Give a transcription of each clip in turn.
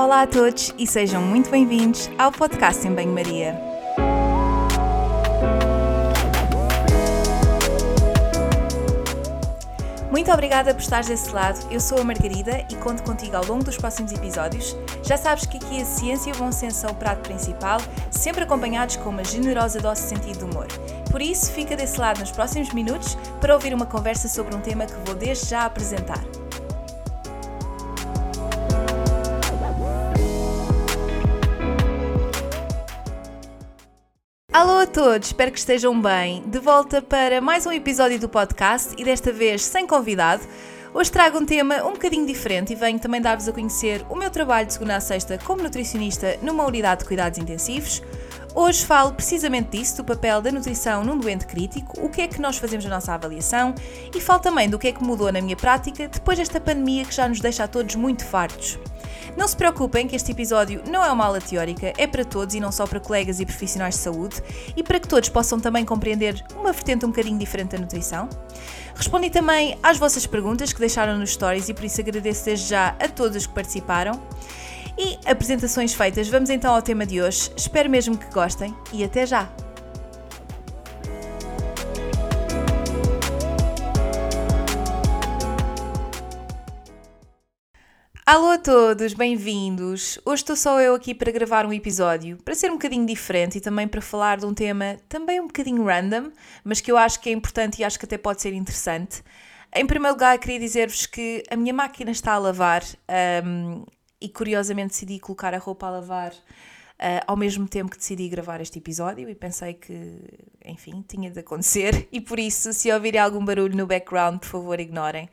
Olá a todos e sejam muito bem-vindos ao podcast em Banho-Maria. Muito obrigada por estares desse lado, eu sou a Margarida e conto contigo ao longo dos próximos episódios. Já sabes que aqui a ciência e o bom senso são o prato principal, sempre acompanhados com uma generosa dose de sentido de humor. Por isso, fica desse lado nos próximos minutos para ouvir uma conversa sobre um tema que vou desde já apresentar. Alô a todos, espero que estejam bem. De volta para mais um episódio do podcast e desta vez sem convidado. Hoje trago um tema um bocadinho diferente e venho também dar-vos a conhecer o meu trabalho de segunda a sexta como nutricionista numa unidade de cuidados intensivos. Hoje falo precisamente disso, do papel da nutrição num doente crítico, o que é que nós fazemos na nossa avaliação e falo também do que é que mudou na minha prática depois desta pandemia que já nos deixa a todos muito fartos. Não se preocupem que este episódio não é uma aula teórica, é para todos e não só para colegas e profissionais de saúde e para que todos possam também compreender uma vertente um bocadinho diferente da nutrição. Respondi também às vossas perguntas que deixaram nos stories e por isso agradeço desde já a todos os que participaram. E apresentações feitas, vamos então ao tema de hoje. Espero mesmo que gostem e até já! Alô a todos, bem-vindos! Hoje estou só eu aqui para gravar um episódio, para ser um bocadinho diferente e também para falar de um tema também um bocadinho random, mas que eu acho que é importante e acho que até pode ser interessante. Em primeiro lugar, queria dizer-vos que a minha máquina está a lavar e curiosamente decidi colocar a roupa a lavar ao mesmo tempo que decidi gravar este episódio e pensei que, enfim, tinha de acontecer e por isso, se ouvirem algum barulho no background, por favor, ignorem.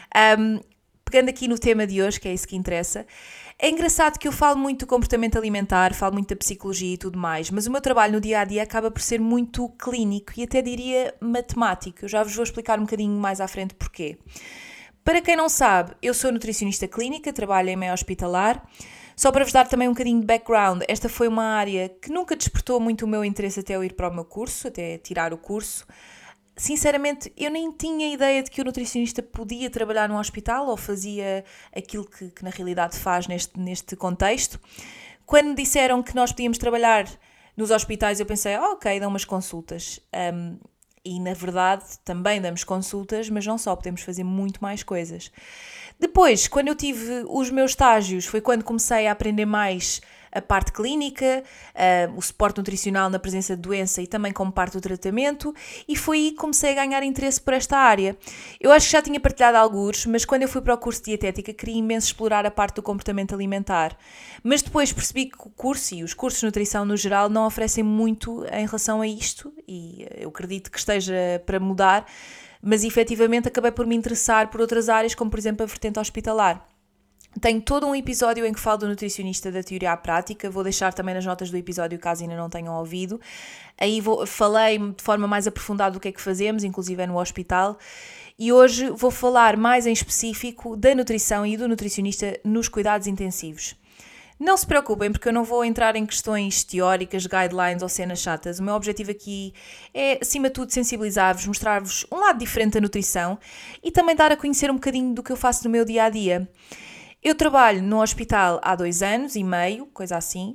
Pegando aqui no tema de hoje, que é isso que interessa, é engraçado que eu falo muito do comportamento alimentar, falo muito da psicologia e tudo mais, mas o meu trabalho no dia-a-dia acaba por ser muito clínico e até diria matemático. Eu já vos vou explicar um bocadinho mais à frente porquê. Para quem não sabe, eu sou nutricionista clínica, trabalho em meio hospitalar. Só para vos dar também um bocadinho de background, esta foi uma área que nunca despertou muito o meu interesse até eu ir para o meu curso, até tirar o curso. Sinceramente, eu nem tinha ideia de que o nutricionista podia trabalhar num hospital ou fazia aquilo que na realidade faz neste contexto. Quando me disseram que nós podíamos trabalhar nos hospitais, eu pensei, ok, dão umas consultas. E na verdade também damos consultas, mas não só, podemos fazer muito mais coisas. Depois, quando eu tive os meus estágios, foi quando comecei a aprender mais a parte clínica, o suporte nutricional na presença de doença e também como parte do tratamento, e foi aí que comecei a ganhar interesse por esta área. Eu acho que já tinha partilhado alguns, mas quando eu fui para o curso de dietética queria imenso explorar a parte do comportamento alimentar. Mas depois percebi que o curso e os cursos de nutrição no geral não oferecem muito em relação a isto, e eu acredito que esteja para mudar, mas efetivamente acabei por me interessar por outras áreas, como por exemplo a vertente hospitalar. Tenho todo um episódio em que falo do nutricionista da teoria à prática, vou deixar também nas notas do episódio caso ainda não tenham ouvido. Aí falei de forma mais aprofundada do que é que fazemos, inclusive é no hospital, e hoje vou falar mais em específico da nutrição e do nutricionista nos cuidados intensivos. Não se preocupem porque eu não vou entrar em questões teóricas, guidelines ou cenas chatas. O meu objetivo aqui é, acima de tudo, sensibilizar-vos, mostrar-vos um lado diferente da nutrição e também dar a conhecer um bocadinho do que eu faço no meu dia-a-dia. Eu trabalho no hospital há 2 anos e meio, coisa assim,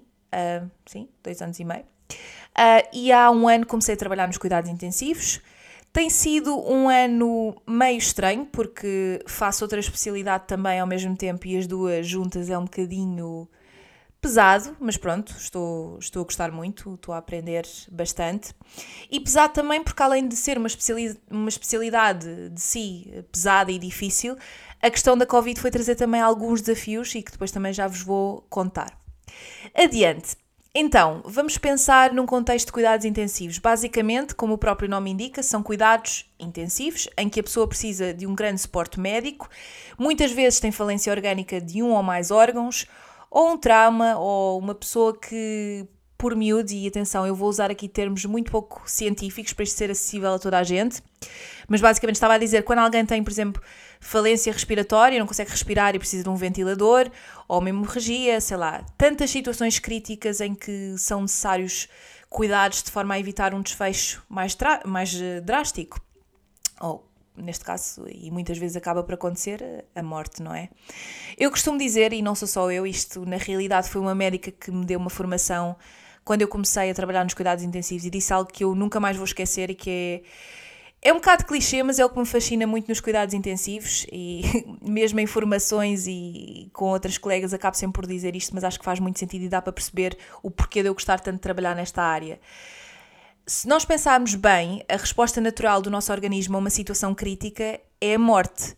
2 anos e meio, e há 1 ano comecei a trabalhar nos cuidados intensivos. Tem sido um ano meio estranho, porque faço outra especialidade também ao mesmo tempo e as duas juntas é um bocadinho pesado, mas pronto, estou a gostar muito, estou a aprender bastante. E pesado também porque além de ser uma especialidade de si pesada e difícil, a questão da Covid foi trazer também alguns desafios e que depois também já vos vou contar. Adiante. Então, vamos pensar num contexto de cuidados intensivos. Basicamente, como o próprio nome indica, são cuidados intensivos em que a pessoa precisa de um grande suporte médico, muitas vezes tem falência orgânica de um ou mais órgãos, ou um trauma, ou uma pessoa que, por miúdo, e atenção, eu vou usar aqui termos muito pouco científicos para isto ser acessível a toda a gente, mas basicamente estava a dizer, quando alguém tem, por exemplo, falência respiratória, não consegue respirar e precisa de um ventilador, ou uma hemorragia, sei lá, tantas situações críticas em que são necessários cuidados de forma a evitar um desfecho mais drástico, ou neste caso, e muitas vezes acaba por acontecer, a morte, não é? Eu costumo dizer, e não sou só eu, isto na realidade foi uma médica que me deu uma formação quando eu comecei a trabalhar nos cuidados intensivos e disse algo que eu nunca mais vou esquecer e que é um bocado clichê, mas é o que me fascina muito nos cuidados intensivos e mesmo em formações e com outras colegas acabo sempre por dizer isto, mas acho que faz muito sentido e dá para perceber o porquê de eu gostar tanto de trabalhar nesta área. Se nós pensarmos bem, a resposta natural do nosso organismo a uma situação crítica é a morte.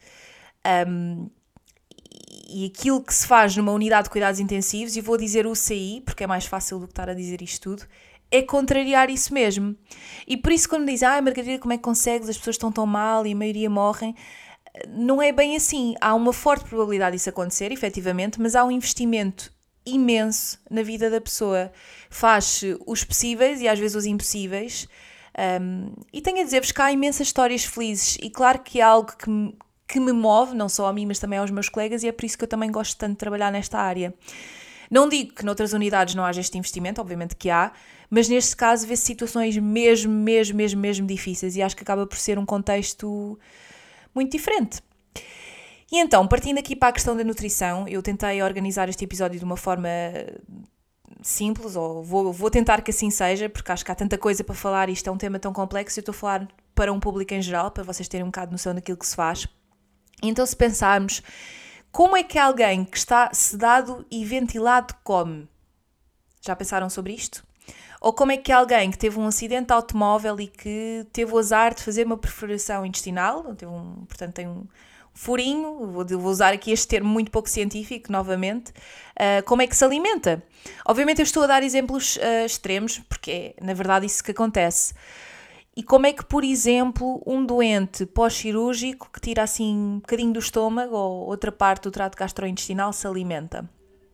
E aquilo que se faz numa unidade de cuidados intensivos, e vou dizer UCI, porque é mais fácil do que estar a dizer isto tudo, é contrariar isso mesmo. E por isso quando me dizem, Margarida, como é que consegues? As pessoas estão tão mal e a maioria morrem. Não é bem assim. Há uma forte probabilidade disso acontecer, efetivamente, mas há um investimento imenso na vida da pessoa. Faz os possíveis e às vezes os impossíveis. E tenho a dizer-vos que há imensas histórias felizes e claro que é algo que me move, não só a mim, mas também aos meus colegas e é por isso que eu também gosto tanto de trabalhar nesta área. Não digo que noutras unidades não haja este investimento, obviamente que há, mas neste caso vê-se situações mesmo difíceis e acho que acaba por ser um contexto muito diferente. E então, partindo aqui para a questão da nutrição, eu tentei organizar este episódio de uma forma simples, ou vou tentar que assim seja, porque acho que há tanta coisa para falar e isto é um tema tão complexo, eu estou a falar para um público em geral, para vocês terem um bocado de noção daquilo que se faz. Então, se pensarmos, como é que alguém que está sedado e ventilado come? Já pensaram sobre isto? Ou como é que alguém que teve um acidente de automóvel e que teve o azar de fazer uma perfuração intestinal, portanto tem um furinho, vou usar aqui este termo muito pouco científico, novamente, como é que se alimenta? Obviamente eu estou a dar exemplos extremos, porque é na verdade isso que acontece. E como é que, por exemplo, um doente pós-cirúrgico que tira assim um bocadinho do estômago ou outra parte do trato gastrointestinal se alimenta?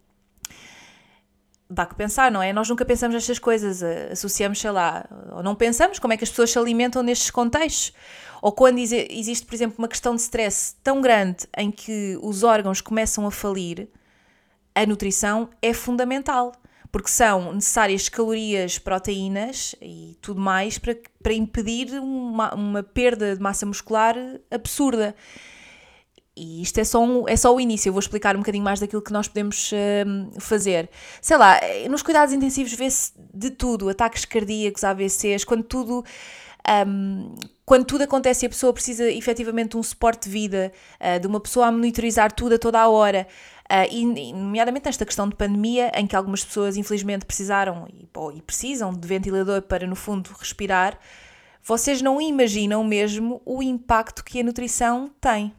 Dá que pensar, não é? Nós nunca pensamos nestas coisas, associamos, sei lá, ou não pensamos como é que as pessoas se alimentam nestes contextos. Ou quando existe, por exemplo, uma questão de stress tão grande em que os órgãos começam a falir, a nutrição é fundamental. Porque são necessárias calorias, proteínas e tudo mais para impedir uma perda de massa muscular absurda. E isto é só o início, eu vou explicar um bocadinho mais daquilo que nós podemos fazer. Sei lá, nos cuidados intensivos vê-se de tudo, ataques cardíacos, AVCs, quando tudo acontece e a pessoa precisa efetivamente de um suporte de vida, de uma pessoa a monitorizar tudo a toda a hora, e nomeadamente nesta questão de pandemia, em que algumas pessoas infelizmente precisaram e precisam de ventilador para, no fundo, respirar, vocês não imaginam mesmo o impacto que a nutrição tem.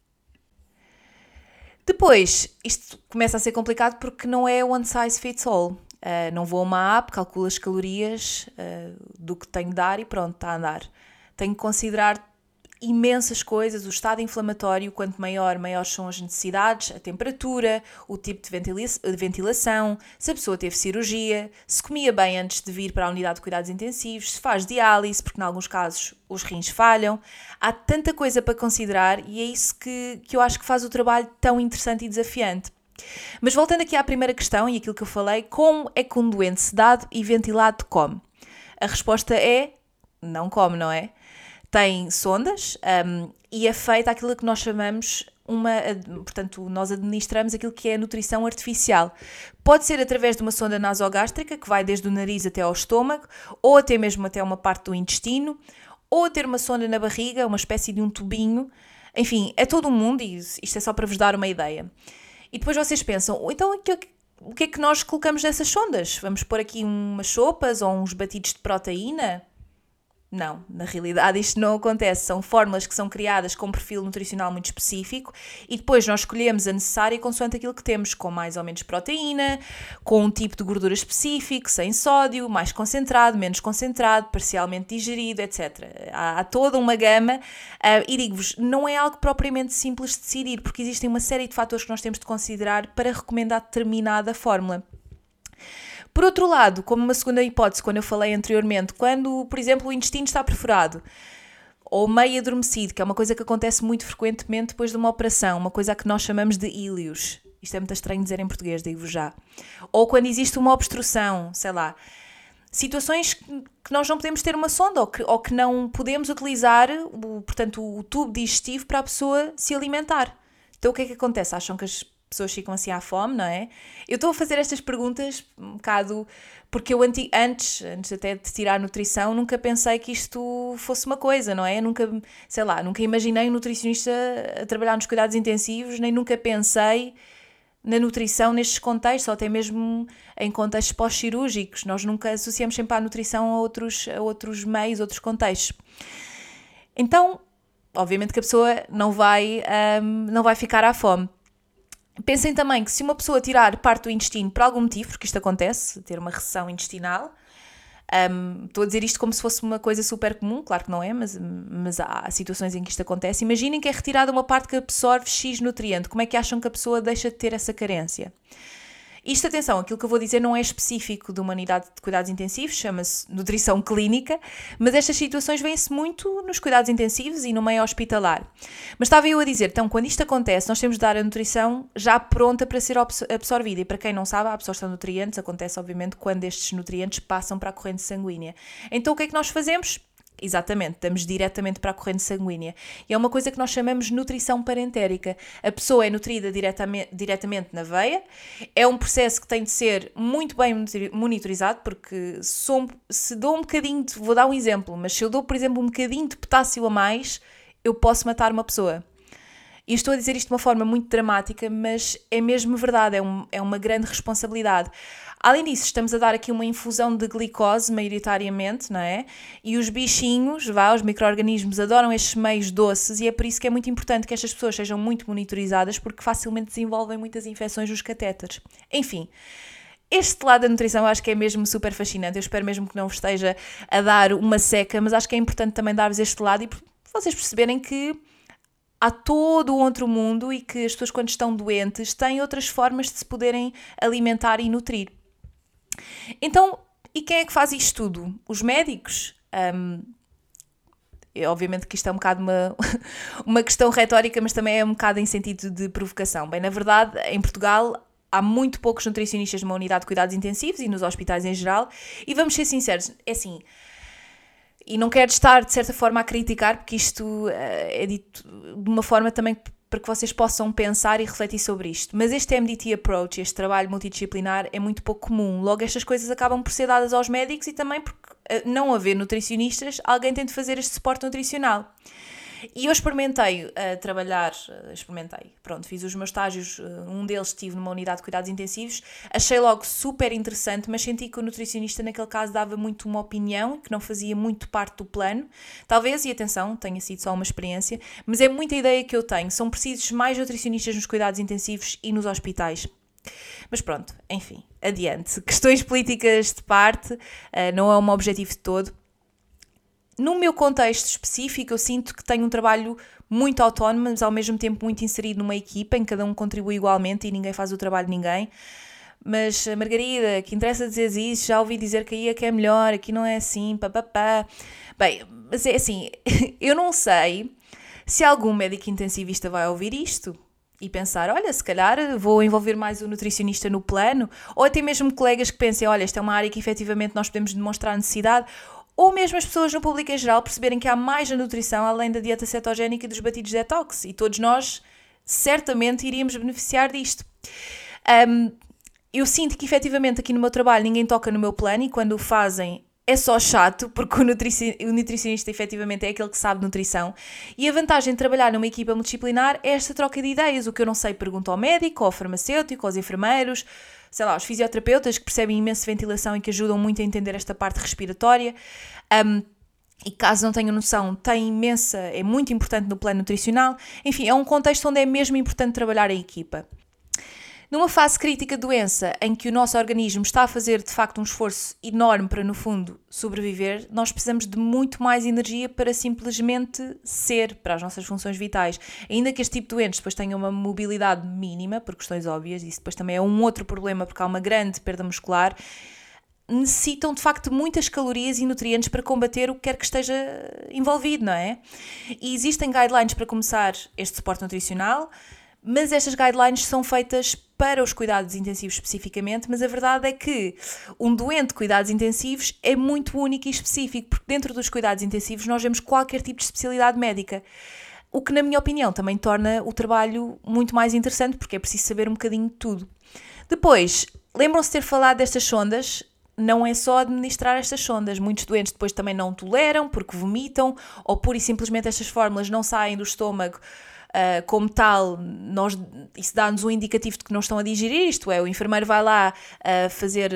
Depois, isto começa a ser complicado porque não é one size fits all. Não vou a uma app, calculo as calorias do que tenho de dar e pronto, está a andar. Tenho que considerar imensas coisas, o estado inflamatório, quanto maiores são as necessidades, a temperatura, o tipo de ventilação, se a pessoa teve cirurgia, se comia bem antes de vir para a unidade de cuidados intensivos, se faz diálise, porque em alguns casos os rins falham. Há tanta coisa para considerar e é isso que eu acho que faz o trabalho tão interessante e desafiante. Mas voltando aqui à primeira questão e aquilo que eu falei, como é que um doente sedado e ventilado come? A resposta é, não come, não é? Tem sondas e é feita aquilo que nós chamamos portanto, nós administramos aquilo que é a nutrição artificial. Pode ser através de uma sonda nasogástrica, que vai desde o nariz até ao estômago, ou até mesmo até uma parte do intestino, ou a ter uma sonda na barriga, uma espécie de um tubinho. Enfim, é todo um mundo e isto é só para vos dar uma ideia. E depois vocês pensam, então o que é que nós colocamos nessas sondas? Vamos pôr aqui umas sopas ou uns batidos de proteína? Não, na realidade isto não acontece, são fórmulas que são criadas com um perfil nutricional muito específico e depois nós escolhemos a necessária consoante aquilo que temos, com mais ou menos proteína, com um tipo de gordura específico, sem sódio, mais concentrado, menos concentrado, parcialmente digerido, etc. Há toda uma gama e digo-vos, não é algo propriamente simples de decidir, porque existem uma série de fatores que nós temos de considerar para recomendar determinada fórmula. Por outro lado, como uma segunda hipótese, quando eu falei anteriormente, quando, por exemplo, o intestino está perfurado ou meio adormecido, que é uma coisa que acontece muito frequentemente depois de uma operação, uma coisa que nós chamamos de íleos. Isto é muito estranho dizer em português, digo-vos já. Ou quando existe uma obstrução, sei lá. situações que nós não podemos ter uma sonda ou que não podemos utilizar portanto, o tubo digestivo para a pessoa se alimentar. Então o que é que acontece? Acham que as pessoas ficam assim à fome, não é? Eu estou a fazer estas perguntas um bocado porque eu antes até de tirar a nutrição, nunca pensei que isto fosse uma coisa, não é? Nunca imaginei um nutricionista a trabalhar nos cuidados intensivos, nem nunca pensei na nutrição nestes contextos, ou até mesmo em contextos pós-cirúrgicos. Nós nunca associamos sempre a nutrição a outros meios, outros contextos. Então, obviamente que a pessoa não vai ficar à fome. Pensem também que se uma pessoa tirar parte do intestino por algum motivo, porque isto acontece, ter uma recessão intestinal, estou a dizer isto como se fosse uma coisa super comum, claro que não é, mas há situações em que isto acontece. Imaginem que é retirada uma parte que absorve X nutriente. Como é que acham que a pessoa deixa de ter essa carência? Isto, atenção, aquilo que eu vou dizer não é específico de uma unidade de cuidados intensivos, chama-se nutrição clínica, mas estas situações vêm-se muito nos cuidados intensivos e no meio hospitalar. Mas estava eu a dizer, então, quando isto acontece, nós temos de dar a nutrição já pronta para ser absorvida. E para quem não sabe, a absorção de nutrientes acontece, obviamente, quando estes nutrientes passam para a corrente sanguínea. Então, o que é que nós fazemos? Exatamente, damos diretamente para a corrente sanguínea. E é uma coisa que nós chamamos de nutrição parentérica. A pessoa é nutrida diretamente na veia. É um processo que tem de ser muito bem monitorizado, porque se dou um bocadinho de... Vou dar um exemplo, mas se eu dou, por exemplo, um bocadinho de potássio a mais, eu posso matar uma pessoa. E estou a dizer isto de uma forma muito dramática, mas é mesmo verdade, é uma grande responsabilidade. Além disso, estamos a dar aqui uma infusão de glicose, maioritariamente, não é? E os bichinhos, os micro-organismos, adoram estes meios doces e é por isso que é muito importante que estas pessoas sejam muito monitorizadas, porque facilmente desenvolvem muitas infecções nos catéteres. Enfim, este lado da nutrição eu acho que é mesmo super fascinante. Eu espero mesmo que não vos esteja a dar uma seca, mas acho que é importante também dar-vos este lado e vocês perceberem que há todo um outro mundo e que as pessoas, quando estão doentes, têm outras formas de se poderem alimentar e nutrir. Então, e quem é que faz isto tudo? Os médicos? Obviamente que isto é um bocado uma questão retórica, mas também é um bocado em sentido de provocação. Bem, na verdade, em Portugal há muito poucos nutricionistas numa unidade de cuidados intensivos e nos hospitais em geral, e vamos ser sinceros, é assim... E não quero estar, de certa forma, a criticar, porque isto é dito de uma forma também para que vocês possam pensar e refletir sobre isto. Mas este MDT approach, este trabalho multidisciplinar, é muito pouco comum. Logo, estas coisas acabam por ser dadas aos médicos e também porque, não haver nutricionistas, alguém tem de fazer este suporte nutricional. E eu experimentei fiz os meus estágios, um deles estive numa unidade de cuidados intensivos, achei logo super interessante, mas senti que o nutricionista naquele caso dava muito uma opinião, que não fazia muito parte do plano, talvez, e atenção, tenha sido só uma experiência, mas é muita ideia que eu tenho, são precisos mais nutricionistas nos cuidados intensivos e nos hospitais. Mas pronto, enfim, adiante. Questões políticas de parte, não é um objetivo de todo. No meu contexto específico, eu sinto que tenho um trabalho muito autónomo, mas ao mesmo tempo muito inserido numa equipa em que cada um contribui igualmente e ninguém faz o trabalho de ninguém. Mas, Margarida, que interessa dizer isso? Já ouvi dizer que aí é que é melhor, aqui não é assim, papapá. Bem, mas é assim, eu não sei se algum médico intensivista vai ouvir isto e pensar, olha, se calhar vou envolver mais o nutricionista no plano, ou até mesmo colegas que pensem, olha, esta é uma área que efetivamente nós podemos demonstrar necessidade, ou mesmo as pessoas no público em geral perceberem que há mais na nutrição além da dieta cetogénica e dos batidos detox, e todos nós certamente iríamos beneficiar disto. Eu sinto que efetivamente aqui no meu trabalho ninguém toca no meu plano e quando o fazem é só chato, porque o nutricionista efetivamente é aquele que sabe nutrição. E a vantagem de trabalhar numa equipa multidisciplinar é esta troca de ideias. O que eu não sei pergunto ao médico, ao farmacêutico, aos enfermeiros, sei lá, aos fisioterapeutas que percebem imenso ventilação e que ajudam muito a entender esta parte respiratória. E caso não tenham noção, é muito importante no plano nutricional. Enfim, é um contexto onde é mesmo importante trabalhar em equipa. Numa fase crítica de doença, em que o nosso organismo está a fazer de facto um esforço enorme para, no fundo, sobreviver, nós precisamos de muito mais energia para simplesmente ser, para as nossas funções vitais. Ainda que este tipo de doentes depois tenham uma mobilidade mínima, por questões óbvias, isso depois também é um outro problema, porque há uma grande perda muscular, necessitam de facto muitas calorias e nutrientes para combater o que quer que esteja envolvido, não é? E existem guidelines para começar este suporte nutricional, Mas estas guidelines são feitas para os cuidados intensivos especificamente, mas a verdade é que um doente de cuidados intensivos é muito único e específico, porque dentro dos cuidados intensivos nós vemos qualquer tipo de especialidade médica, o que na minha opinião também torna o trabalho muito mais interessante, porque é preciso saber um bocadinho de tudo. Depois, lembram-se de ter falado destas sondas? Não é só administrar estas sondas, muitos doentes depois também não toleram porque vomitam ou pura e simplesmente estas fórmulas não saem do estômago como tal, isso dá-nos um indicativo de que não estão a digerir, isto é, o enfermeiro vai lá fazer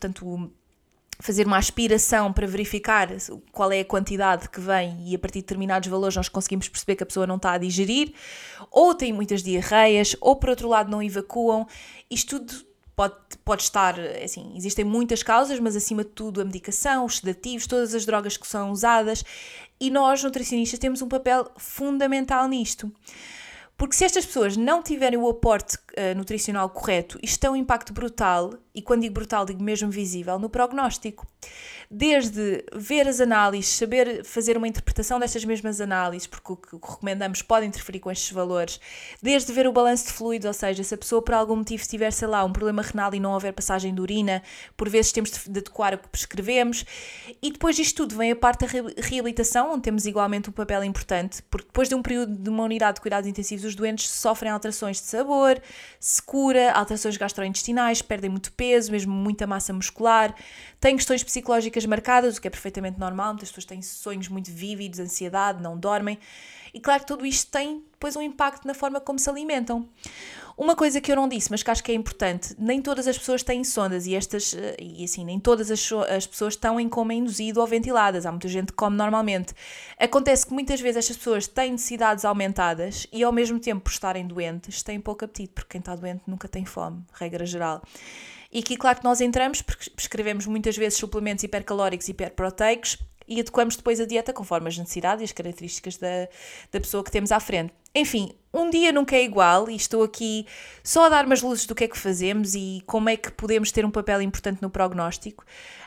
uma aspiração para verificar qual é a quantidade que vem e a partir de determinados valores nós conseguimos perceber que a pessoa não está a digerir, ou tem muitas diarreias, ou por outro lado não evacuam. Isto tudo pode estar, assim, existem muitas causas, mas acima de tudo a medicação, os sedativos, todas as drogas que são usadas, e nós, nutricionistas, temos um papel fundamental nisto. Porque se estas pessoas não tiverem o aporte nutricional correto, isto tem um impacto brutal, e quando digo brutal, digo mesmo visível, no prognóstico. Desde ver as análises, saber fazer uma interpretação destas mesmas análises, porque o que recomendamos pode interferir com estes valores, desde ver o balanço de fluidos, ou seja, se a pessoa por algum motivo tiver, sei lá, um problema renal e não houver passagem de urina, por vezes temos de adequar o que prescrevemos, e depois disto tudo vem a parte da reabilitação, onde temos igualmente um papel importante, porque depois de um período de uma unidade de cuidados intensivos, os doentes sofrem alterações de sabor, secura, alterações gastrointestinais, perdem muito peso, mesmo muita massa muscular, têm questões psicológicas marcadas, o que é perfeitamente normal, muitas pessoas têm sonhos muito vívidos, ansiedade, não dormem, e claro que tudo isto tem depois um impacto na forma como se alimentam. Uma coisa que eu não disse, mas que acho que é importante, nem todas as pessoas têm sondas e assim, nem todas as pessoas estão em coma induzido ou ventiladas, há muita gente que come normalmente. Acontece que muitas vezes estas pessoas têm necessidades aumentadas e ao mesmo tempo por estarem doentes têm pouco apetite, porque quem está doente nunca tem fome, regra geral. E aqui claro que nós entramos, porque prescrevemos muitas vezes suplementos hipercalóricos e hiperproteicos e adequamos depois a dieta conforme as necessidades e as características da pessoa que temos à frente. Enfim, um dia nunca é igual e estou aqui só a dar umas luzes do que é que fazemos e como é que podemos ter um papel importante no prognóstico.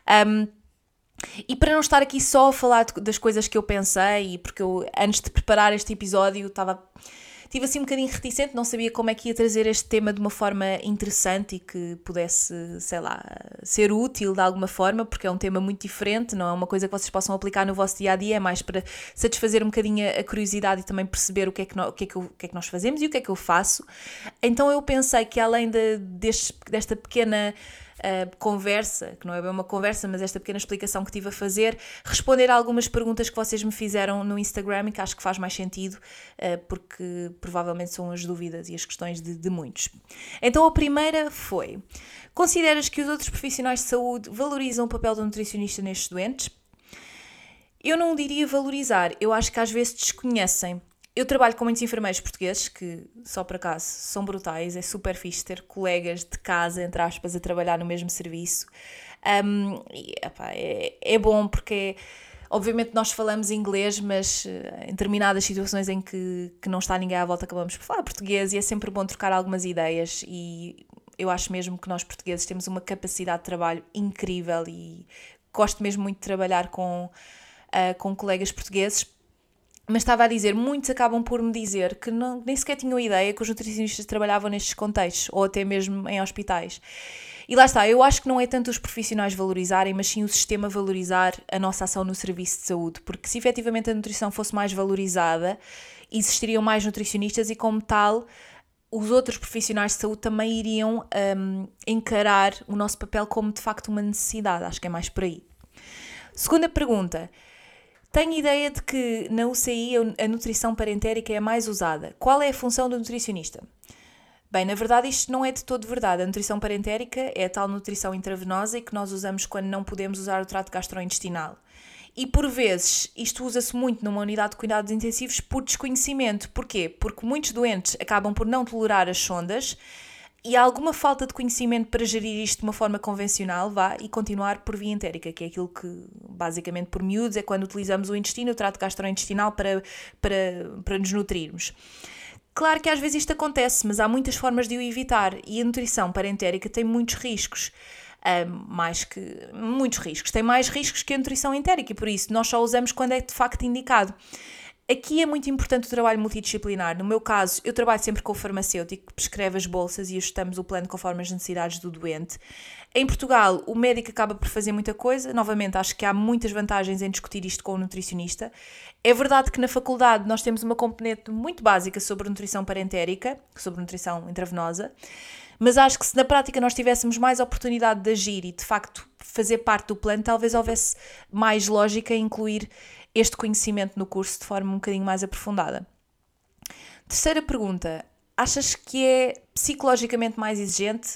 E para não estar aqui só a falar das coisas que eu pensei, porque eu antes de preparar este episódio estive assim um bocadinho reticente, não sabia como é que ia trazer este tema de uma forma interessante e que pudesse, sei lá, ser útil de alguma forma, porque é um tema muito diferente, não é uma coisa que vocês possam aplicar no vosso dia-a-dia, é mais para satisfazer um bocadinho a curiosidade e também perceber o que é que nós fazemos e o que é que eu faço. Então eu pensei que além desta pequena conversa, que não é bem uma conversa, mas esta pequena explicação que tive a fazer, responder a algumas perguntas que vocês me fizeram no Instagram e que acho que faz mais sentido, porque provavelmente são as dúvidas e as questões de muitos. Então a primeira foi: consideras que os outros profissionais de saúde valorizam o papel do nutricionista nestes doentes? Eu não diria valorizar, eu acho que às vezes desconhecem. Eu trabalho com muitos enfermeiros portugueses que, só por acaso, são brutais, é super fixe ter colegas de casa, entre aspas, a trabalhar no mesmo serviço. É bom porque, obviamente, nós falamos inglês, mas em determinadas situações em que não está ninguém à volta acabamos por falar português e é sempre bom trocar algumas ideias e eu acho mesmo que nós portugueses temos uma capacidade de trabalho incrível e gosto mesmo muito de trabalhar com colegas portugueses. Mas estava a dizer, muitos acabam por me dizer que nem sequer tinham ideia que os nutricionistas trabalhavam nestes contextos, ou até mesmo em hospitais. E lá está, eu acho que não é tanto os profissionais valorizarem, mas sim o sistema valorizar a nossa ação no serviço de saúde, porque se efetivamente a nutrição fosse mais valorizada, existiriam mais nutricionistas e como tal, os outros profissionais de saúde também iriam encarar o nosso papel como de facto uma necessidade, acho que é mais por aí. Segunda pergunta: tenho ideia de que na UCI a nutrição parentérica é a mais usada. Qual é a função do nutricionista? Bem, na verdade isto não é de todo verdade. A nutrição parentérica é a tal nutrição intravenosa e que nós usamos quando não podemos usar o trato gastrointestinal. E por vezes isto usa-se muito numa unidade de cuidados intensivos por desconhecimento. Porquê? Porque muitos doentes acabam por não tolerar as sondas e há alguma falta de conhecimento para gerir isto de uma forma convencional, e continuar por via entérica, que é aquilo que, basicamente, por miúdos, é quando utilizamos o intestino, o trato gastrointestinal, para nos nutrirmos. Claro que às vezes isto acontece, mas há muitas formas de o evitar e a nutrição parentérica tem muitos riscos. Muitos riscos. Tem mais riscos que a nutrição entérica e por isso nós só usamos quando é de facto indicado. Aqui é muito importante o trabalho multidisciplinar. No meu caso, eu trabalho sempre com o farmacêutico que prescreve as bolsas e ajustamos o plano conforme as necessidades do doente. Em Portugal, o médico acaba por fazer muita coisa. Novamente, acho que há muitas vantagens em discutir isto com o nutricionista. É verdade que na faculdade nós temos uma componente muito básica sobre nutrição parentérica, sobre nutrição intravenosa, mas acho que se na prática nós tivéssemos mais oportunidade de agir e de facto fazer parte do plano, talvez houvesse mais lógica em incluir este conhecimento no curso de forma um bocadinho mais aprofundada. Terceira pergunta, achas que é psicologicamente mais exigente?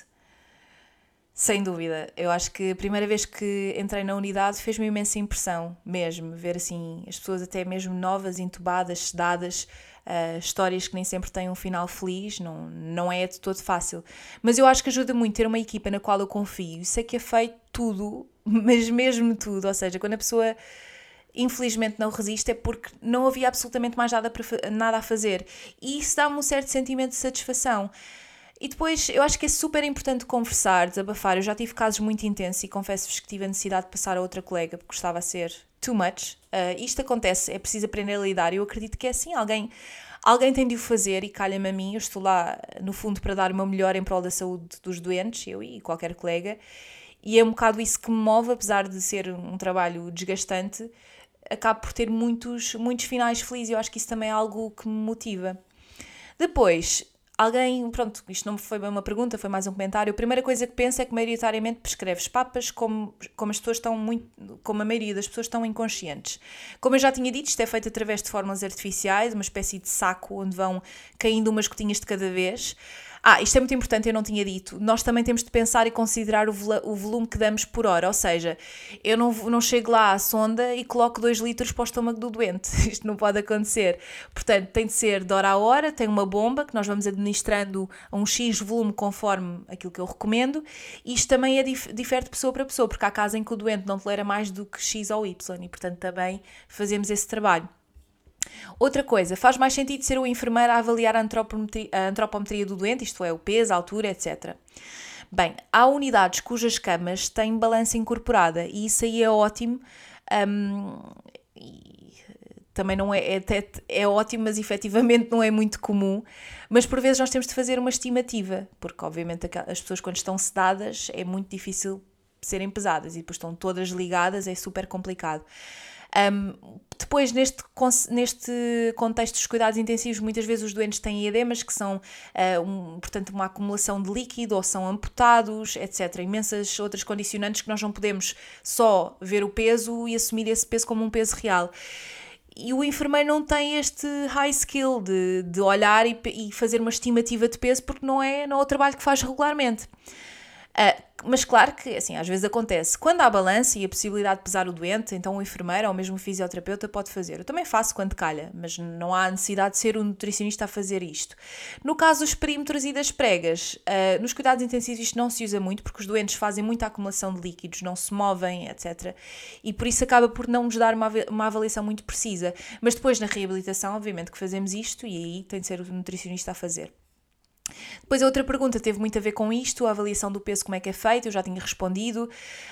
Sem dúvida, eu acho que a primeira vez que entrei na unidade fez-me imensa impressão mesmo, ver assim as pessoas até mesmo novas, entubadas, sedadas, histórias que nem sempre têm um final feliz, não é de todo fácil. Mas eu acho que ajuda muito ter uma equipa na qual eu confio e sei que é feito tudo, mas mesmo tudo, ou seja, quando a pessoa infelizmente não resiste é porque não havia absolutamente mais nada a fazer e isso dá-me um certo sentimento de satisfação. E depois eu acho que é super importante conversar, desabafar. Eu já tive casos muito intensos e confesso-vos que tive a necessidade de passar a outra colega porque estava a ser too much. Isto acontece, é preciso aprender a lidar. Eu acredito que é assim, alguém tem de o fazer e calha-me a mim. Eu estou lá no fundo para dar o meu melhor em prol da saúde dos doentes, eu e qualquer colega, e é um bocado isso que me move, apesar de ser um trabalho desgastante, acabo por ter muitos finais felizes. Eu acho que isso também é algo que me motiva. Depois, pronto, isto não foi bem uma pergunta, foi mais um comentário. A primeira coisa que penso é que maioritariamente prescreves papas como as pessoas estão como a maioria das pessoas estão inconscientes. Como eu já tinha dito, isto é feito através de fórmulas artificiais, uma espécie de saco onde vão caindo umas gotinhas de cada vez. Isto é muito importante, eu não tinha dito. Nós também temos de pensar e considerar o volume que damos por hora. Ou seja, eu não chego lá à sonda e coloco 2 litros para o estômago do doente. Isto não pode acontecer. Portanto, tem de ser de hora a hora, tem uma bomba que nós vamos administrando a um X volume conforme aquilo que eu recomendo. Isto também difere de pessoa para pessoa, porque há casos em que o doente não tolera mais do que X ou Y e, portanto, também fazemos esse trabalho. Outra coisa, faz mais sentido ser o enfermeiro a avaliar a antropometria do doente, isto é, o peso, a altura, etc. Bem, há unidades cujas camas têm balança incorporada e isso aí é ótimo. Também não é ótimo, mas efetivamente não é muito comum. Mas por vezes nós temos de fazer uma estimativa, porque obviamente as pessoas quando estão sedadas é muito difícil serem pesadas e depois estão todas ligadas, é super complicado. Depois, neste contexto dos cuidados intensivos, muitas vezes os doentes têm edemas que são, portanto, uma acumulação de líquido ou são amputados, etc. Imensas outras condicionantes que nós não podemos só ver o peso e assumir esse peso como um peso real. E o enfermeiro não tem este high skill de olhar e fazer uma estimativa de peso porque não é o trabalho que faz regularmente. Mas claro que, assim, às vezes acontece. Quando há balança e a possibilidade de pesar o doente, então o enfermeiro ou mesmo o fisioterapeuta pode fazer. Eu também faço quando calha, mas não há necessidade de ser um nutricionista a fazer isto. No caso dos perímetros e das pregas, nos cuidados intensivos isto não se usa muito porque os doentes fazem muita acumulação de líquidos, não se movem, etc. E por isso acaba por não nos dar uma avaliação muito precisa. Mas depois na reabilitação, obviamente que fazemos isto e aí tem de ser o nutricionista a fazer. Depois a outra pergunta teve muito a ver com isto, a avaliação do peso, como é que é feito, eu já tinha respondido.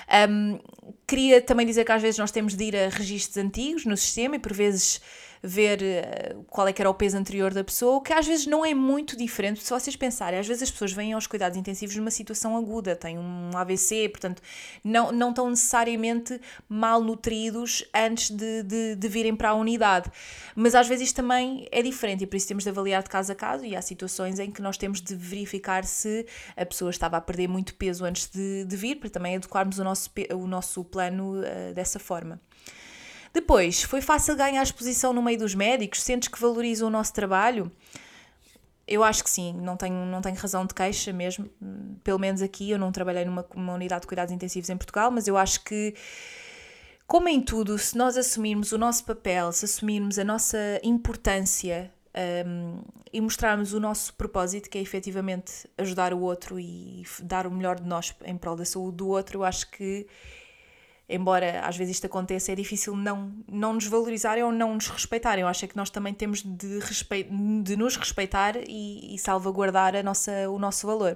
Queria também dizer que às vezes nós temos de ir a registros antigos no sistema e por vezes ver qual é que era o peso anterior da pessoa, o que às vezes não é muito diferente. Se vocês pensarem, às vezes as pessoas vêm aos cuidados intensivos numa situação aguda, têm um AVC, portanto não estão necessariamente malnutridos antes de virem para a unidade. Mas às vezes isto também é diferente e por isso temos de avaliar de caso a caso e há situações em que nós temos de verificar se a pessoa estava a perder muito peso antes de vir, para também adequarmos o nosso plano dessa forma. Depois, foi fácil ganhar exposição no meio dos médicos? Sentes que valorizam o nosso trabalho? Eu acho que sim, não tenho razão de queixa mesmo. Pelo menos aqui, eu não trabalhei numa unidade de cuidados intensivos em Portugal, mas eu acho que, como em tudo, se nós assumirmos o nosso papel, se assumirmos a nossa importância e mostrarmos o nosso propósito, que é efetivamente ajudar o outro e dar o melhor de nós em prol da saúde do outro, eu acho que, embora às vezes isto aconteça, é difícil não nos valorizarem ou não nos respeitarem. Eu acho que nós também temos de nos respeitar e salvaguardar o nosso valor.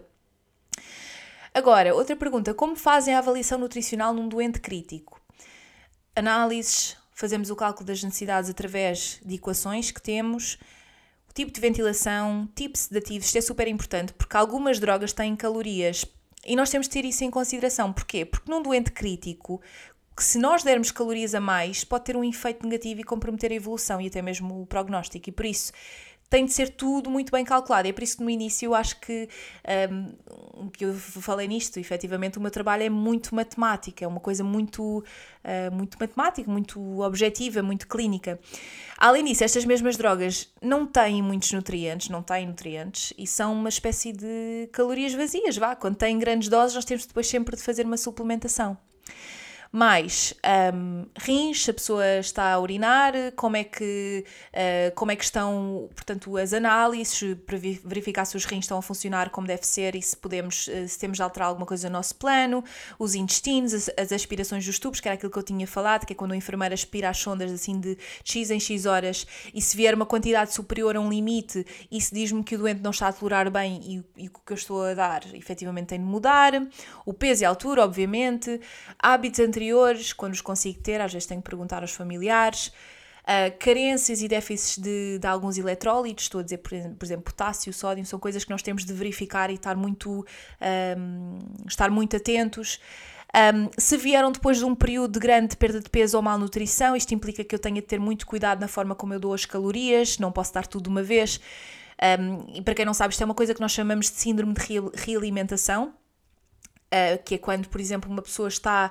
Agora, outra pergunta. Como fazem a avaliação nutricional num doente crítico? Análises, fazemos o cálculo das necessidades através de equações que temos, o tipo de ventilação, tipo sedativo, isto é super importante, porque algumas drogas têm calorias e nós temos de ter isso em consideração. Porquê? Porque num doente crítico, que se nós dermos calorias a mais, pode ter um efeito negativo e comprometer a evolução e até mesmo o prognóstico. E por isso tem de ser tudo muito bem calculado. É por isso que no início eu acho que eu falei nisto, efetivamente o meu trabalho é muito matemática, é uma coisa muito matemática, muito objetiva, muito clínica. Além disso, estas mesmas drogas não têm muitos nutrientes, e são uma espécie de calorias vazias, vá. Quando têm grandes doses, nós temos depois sempre de fazer uma suplementação. Mais rins, se a pessoa está a urinar, como é que estão, portanto, as análises para verificar se os rins estão a funcionar como deve ser e se temos de alterar alguma coisa no nosso plano, os intestinos, as aspirações dos tubos, que era aquilo que eu tinha falado, que é quando o enfermeiro aspira as sondas assim de X em X horas e se vier uma quantidade superior a um limite, isso diz-me que o doente não está a tolerar bem e o que eu estou a dar efetivamente tem de mudar. O peso e a altura, obviamente, hábitos anteriores, quando os consigo ter, às vezes tenho que perguntar aos familiares, carências e déficits de alguns eletrólitos, estou a dizer, por exemplo, potássio, sódio, são coisas que nós temos de verificar e estar muito atentos. Se vieram depois de um período de grande perda de peso ou malnutrição, isto implica que eu tenha de ter muito cuidado na forma como eu dou as calorias, não posso dar tudo de uma vez. E para quem não sabe, isto é uma coisa que nós chamamos de síndrome de realimentação, que é quando, por exemplo, uma pessoa está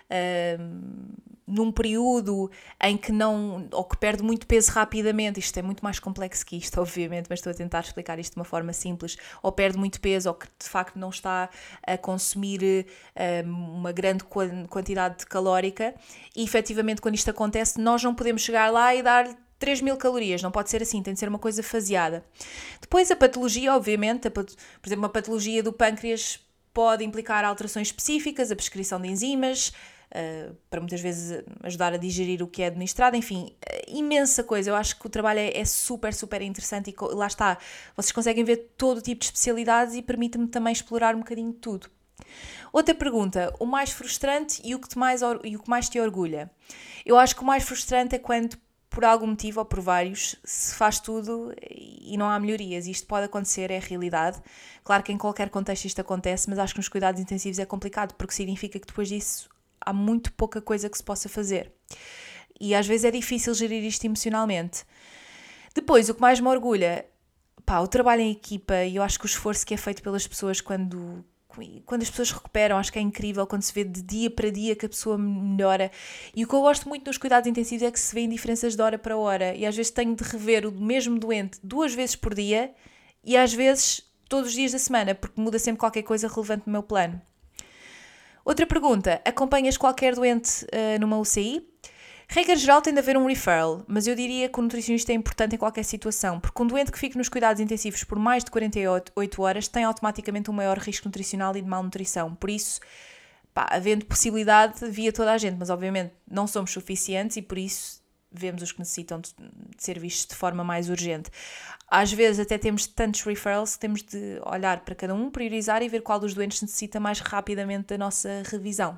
num período em que ou que perde muito peso rapidamente, isto é muito mais complexo que isto, obviamente, mas estou a tentar explicar isto de uma forma simples, ou perde muito peso, ou que de facto não está a consumir uma grande quantidade calórica, e efetivamente quando isto acontece, nós não podemos chegar lá e dar 3.000 calorias, não pode ser assim, tem de ser uma coisa faseada. Depois a patologia, obviamente, por exemplo, a patologia do pâncreas pode implicar alterações específicas, a prescrição de enzimas, para muitas vezes ajudar a digerir o que é administrado, enfim, imensa coisa. Eu acho que o trabalho é super, super interessante e lá está, vocês conseguem ver todo tipo de especialidades e permite-me também explorar um bocadinho de tudo. Outra pergunta, o mais frustrante e o que mais te orgulha? Eu acho que o mais frustrante é quando, por algum motivo ou por vários, se faz tudo e não há melhorias. Isto pode acontecer, é a realidade. Claro que em qualquer contexto isto acontece, mas acho que nos cuidados intensivos é complicado, porque significa que depois disso há muito pouca coisa que se possa fazer. E às vezes é difícil gerir isto emocionalmente. Depois, o que mais me orgulha, o trabalho em equipa, e eu acho que o esforço que é feito pelas pessoas quando as pessoas recuperam, acho que é incrível quando se vê de dia para dia que a pessoa melhora. E o que eu gosto muito nos cuidados intensivos é que se vêem diferenças de hora para hora. E às vezes tenho de rever o mesmo doente 2 vezes por dia e às vezes todos os dias da semana, porque muda sempre qualquer coisa relevante no meu plano. Outra pergunta, acompanhas qualquer doente numa UCI? Regra geral tem de haver um referral, mas eu diria que o nutricionista é importante em qualquer situação, porque um doente que fique nos cuidados intensivos por mais de 48 horas tem automaticamente um maior risco nutricional e de malnutrição. Por isso, havendo possibilidade, via toda a gente, mas obviamente não somos suficientes e por isso vemos os que necessitam de ser vistos de forma mais urgente. Às vezes até temos tantos referrals que temos de olhar para cada um, priorizar e ver qual dos doentes necessita mais rapidamente da nossa revisão.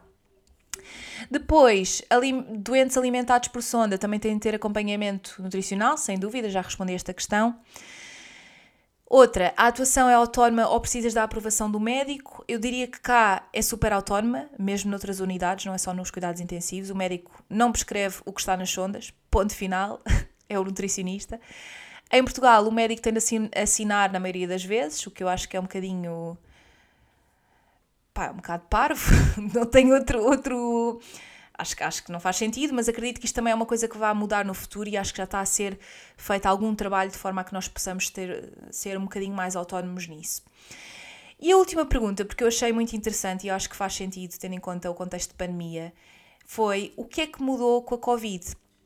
Depois, doentes alimentados por sonda também têm de ter acompanhamento nutricional, sem dúvida, já respondi a esta questão. Outra, a atuação é autónoma ou precisas da aprovação do médico? Eu diria que cá é super autónoma, mesmo noutras unidades, não é só nos cuidados intensivos. O médico não prescreve o que está nas sondas, ponto final, é o nutricionista. Em Portugal, o médico tem de assinar na maioria das vezes, o que eu acho que é um bocadinho... um bocado parvo, não tenho outro... Acho que não faz sentido, mas acredito que isto também é uma coisa que vai mudar no futuro e acho que já está a ser feito algum trabalho de forma a que nós possamos ser um bocadinho mais autónomos nisso. E a última pergunta, porque eu achei muito interessante e eu acho que faz sentido, tendo em conta o contexto de pandemia, foi o que é que mudou com a Covid?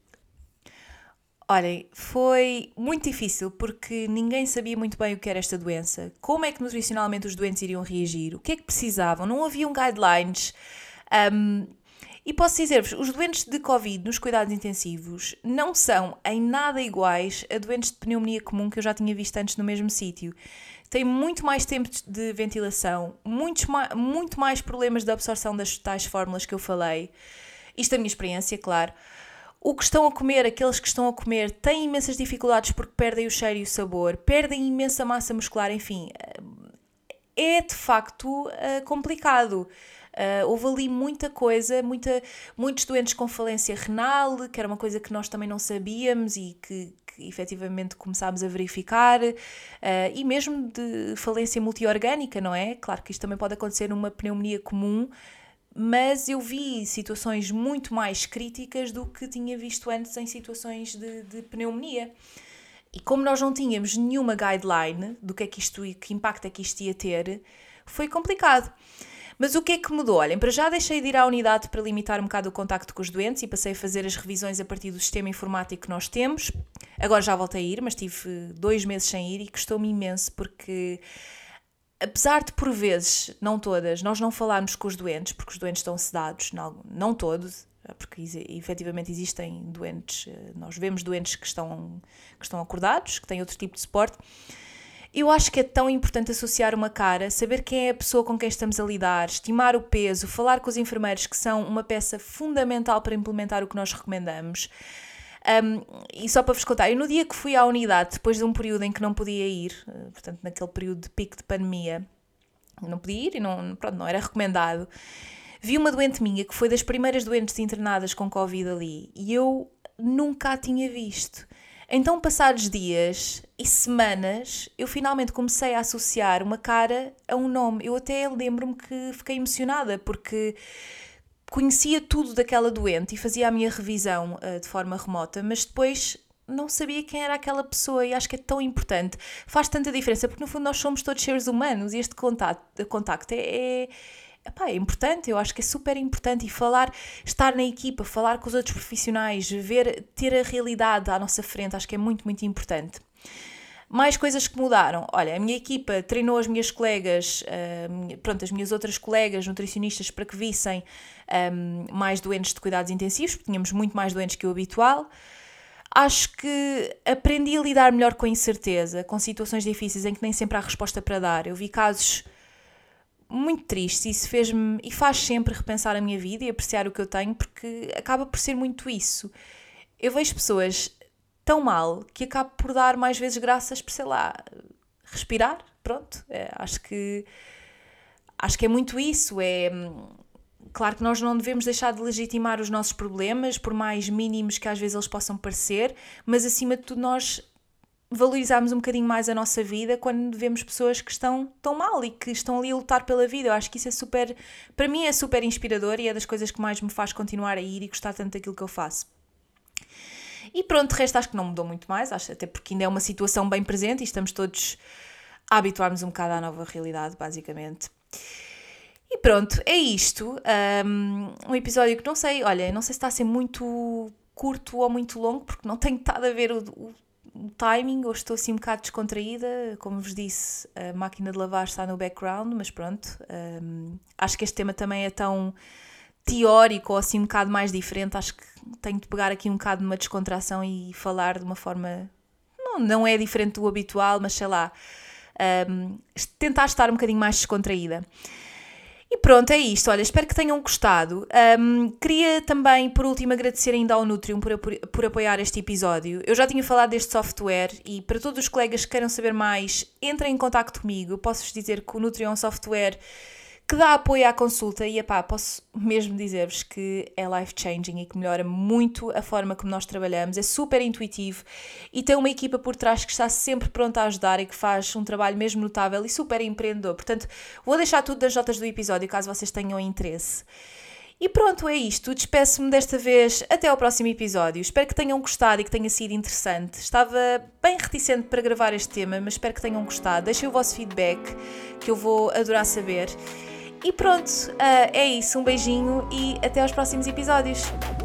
Olhem, foi muito difícil porque ninguém sabia muito bem o que era esta doença, como é que nutricionalmente os doentes iriam reagir, o que é que precisavam, não haviam guidelines. E posso dizer-vos, os doentes de Covid nos cuidados intensivos não são em nada iguais a doentes de pneumonia comum que eu já tinha visto antes no mesmo sítio. Têm muito mais tempo de ventilação, muito mais problemas de absorção das tais fórmulas que eu falei. Isto é a minha experiência, claro. o que estão a comer, aqueles que estão a comer, têm imensas dificuldades porque perdem o cheiro e o sabor, perdem imensa massa muscular, enfim, é de facto complicado. Houve ali muita coisa, muitos doentes com falência renal, que era uma coisa que nós também não sabíamos e que efetivamente começámos a verificar, e mesmo de falência multiorgânica, não é? Claro que isto também pode acontecer numa pneumonia comum, mas eu vi situações muito mais críticas do que tinha visto antes em situações de pneumonia. E como nós não tínhamos nenhuma guideline do que impacto é que isto ia ter, foi complicado. Mas o que é que mudou? Olhem, para já deixei de ir à unidade para limitar um bocado o contacto com os doentes e passei a fazer as revisões a partir do sistema informático que nós temos. Agora já voltei a ir, mas tive 2 meses sem ir e custou-me imenso porque, apesar de por vezes, não todas, nós não falarmos com os doentes, porque os doentes estão sedados, não todos, porque efetivamente existem doentes, nós vemos doentes que estão acordados, que têm outro tipo de suporte. Eu acho que é tão importante associar uma cara, saber quem é a pessoa com quem estamos a lidar, estimar o peso, falar com os enfermeiros, que são uma peça fundamental para implementar o que nós recomendamos. E só para vos contar, eu no dia que fui à unidade, depois de um período em que não podia ir, portanto naquele período de pico de pandemia, não podia ir e não era recomendado, vi uma doente minha que foi das primeiras doentes internadas com Covid ali e eu nunca a tinha visto. Então, passados dias e semanas, eu finalmente comecei a associar uma cara a um nome. Eu até lembro-me que fiquei emocionada, porque conhecia tudo daquela doente e fazia a minha revisão de forma remota, mas depois não sabia quem era aquela pessoa e acho que é tão importante. Faz tanta diferença, porque no fundo nós somos todos seres humanos e este contacto é importante, eu acho que é super importante, e estar na equipa, falar com os outros profissionais, ter a realidade à nossa frente, acho que é muito, muito importante. Mais coisas que mudaram. Olha, a minha equipa treinou as minhas colegas, as minhas outras colegas nutricionistas para que vissem mais doentes de cuidados intensivos, porque tínhamos muito mais doentes que o habitual. Acho que aprendi a lidar melhor com a incerteza, com situações difíceis em que nem sempre há resposta para dar. Eu vi casos muito triste, isso fez-me e faz sempre repensar a minha vida e apreciar o que eu tenho, porque acaba por ser muito isso. Eu vejo pessoas tão mal que acabo por dar mais vezes graças por, sei lá, respirar, pronto. Acho que é muito isso. Claro que nós não devemos deixar de legitimar os nossos problemas, por mais mínimos que às vezes eles possam parecer, mas acima de tudo nós valorizarmos um bocadinho mais a nossa vida quando vemos pessoas que estão tão mal e que estão ali a lutar pela vida. Eu acho que isso para mim é super inspirador e é das coisas que mais me faz continuar a ir e gostar tanto daquilo que eu faço. E pronto, de resto acho que não mudou muito mais, acho até porque ainda é uma situação bem presente e estamos todos a habituar-nos um bocado à nova realidade, basicamente. E pronto, é isto. Um episódio que não sei se está a ser muito curto ou muito longo, porque não tenho estado a ver o timing, ou estou assim um bocado descontraída, como vos disse, a máquina de lavar está no background, mas pronto, acho que este tema também é tão teórico ou assim um bocado mais diferente, acho que tenho de pegar aqui um bocado numa descontração e falar de uma forma, não é diferente do habitual, mas sei lá, tentar estar um bocadinho mais descontraída. E pronto, é isto. Olha, espero que tenham gostado. Queria também, por último, agradecer ainda ao Nutrium por apoiar este episódio. Eu já tinha falado deste software e para todos os colegas que queiram saber mais, entrem em contacto comigo. Eu posso-vos dizer que o Nutrium é um software que dá apoio à consulta e, posso mesmo dizer-vos que é life-changing e que melhora muito a forma como nós trabalhamos. É super intuitivo e tem uma equipa por trás que está sempre pronta a ajudar e que faz um trabalho mesmo notável e super empreendedor. Portanto, vou deixar tudo nas notas do episódio, caso vocês tenham interesse. E pronto, é isto. Despeço-me desta vez até ao próximo episódio. Espero que tenham gostado e que tenha sido interessante. Estava bem reticente para gravar este tema, mas espero que tenham gostado. Deixem o vosso feedback, que eu vou adorar saber. E pronto, é isso. Um beijinho e até aos próximos episódios.